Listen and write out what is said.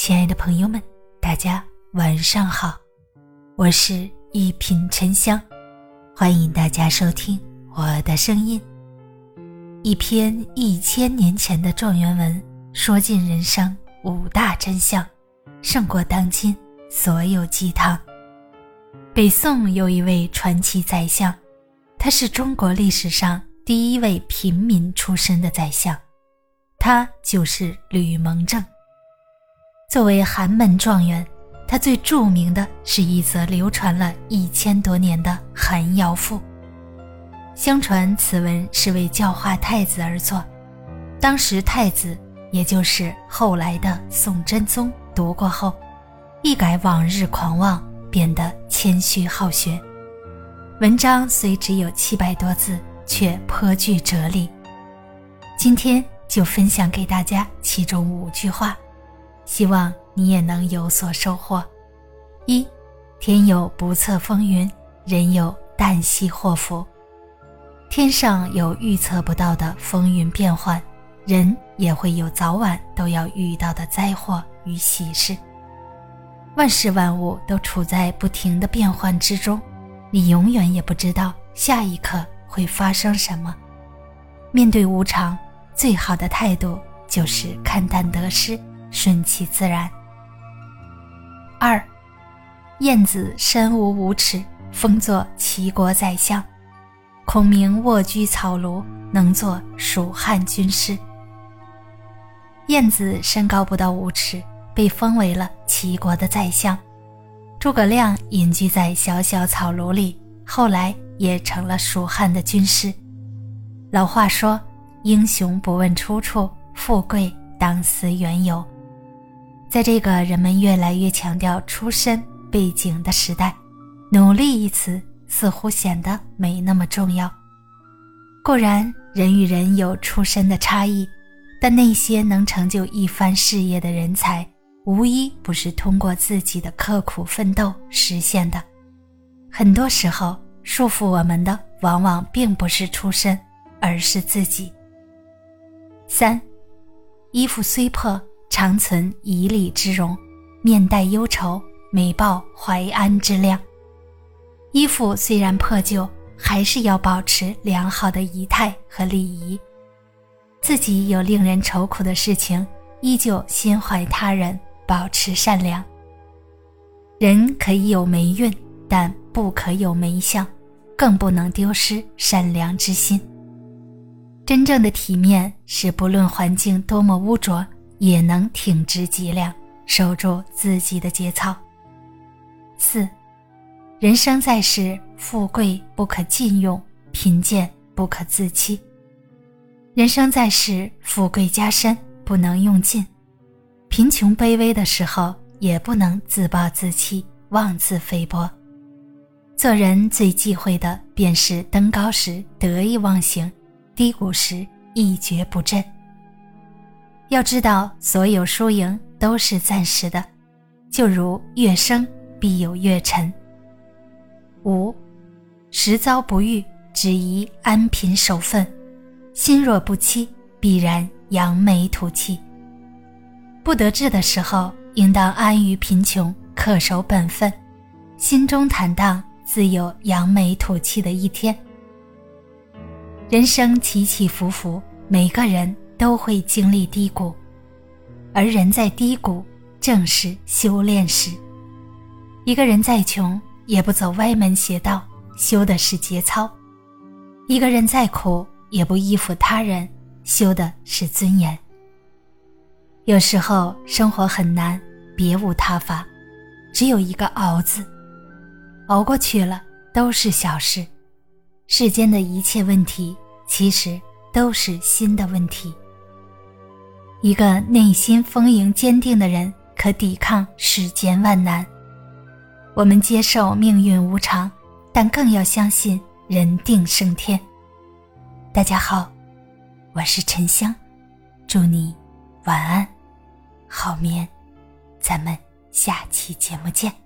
亲爱的朋友们，大家晚上好，我是一品沉香，欢迎大家收听我的声音。一篇1000年前的状元文，说尽人生5大真相，胜过当今所有鸡汤。北宋有一位传奇宰相，他是中国历史上第一位平民出身的宰相，他就是吕蒙正。作为寒门状元，他最著名的是一则流传了1000多年的寒窑赋。相传此文是为教化太子而作，当时太子也就是后来的宋真宗读过后，一改往日狂妄，变得谦虚好学。文章虽只有700多字，却颇具哲理。今天就分享给大家其中5句话，希望你也能有所收获。1. 天有不测风云，人有旦夕祸福。天上有预测不到的风云变幻，人也会有早晚都要遇到的灾祸与喜事。万事万物都处在不停的变幻之中，你永远也不知道下一刻会发生什么。面对无常，最好的态度就是看淡得失，顺其自然。2. 晏子身无5尺，封作齐国宰相。孔明卧居草庐，能做蜀汉军师。晏子身高不到5尺，被封为了齐国的宰相。诸葛亮隐居在小小草庐里，后来也成了蜀汉的军师。老话说，英雄不问出处，富贵当思缘由。在这个人们越来越强调出身背景的时代，努力一词似乎显得没那么重要。固然人与人有出身的差异，但那些能成就一番事业的人才，无一不是通过自己的刻苦奋斗实现的。很多时候，束缚我们的往往并不是出身，而是自己。3. 衣服虽破，常存以礼之容，面带忧愁，每抱怀安之量。衣服虽然破旧，还是要保持良好的仪态和礼仪。自己有令人愁苦的事情，依旧心怀他人，保持善良。人可以有霉运，但不可有霉相，更不能丢失善良之心。真正的体面是不论环境多么污浊，也能挺直脊梁，守住自己的节操。4. 人生在世，富贵不可尽用，贫贱不可自欺。人生在世，富贵加身不能用尽，贫穷卑微的时候也不能自暴自弃，妄自菲薄。做人最忌讳的便是登高时得意忘形，低谷时一蹶不振。要知道，所有输赢都是暂时的，就如月升必有月沉。5. 时遭不遇，只宜安贫守分，心若不欺，必然扬眉吐气。不得志的时候，应当安于贫穷，恪守本分，心中坦荡，自有扬眉吐气的一天。人生起起伏伏，每个人都会经历低谷，而人在低谷正是修炼时。一个人再穷，也不走歪门邪道，修的是节操。一个人再苦，也不依附他人，修的是尊严。有时候生活很难，别无他法，只有一个熬字。熬过去了，都是小事。世间的一切问题，其实都是心的问题。一个内心丰盈坚定的人，可抵抗世间万难。我们接受命运无常，但更要相信人定胜天。大家好，我是沉香，祝你晚安，好眠，咱们下期节目见。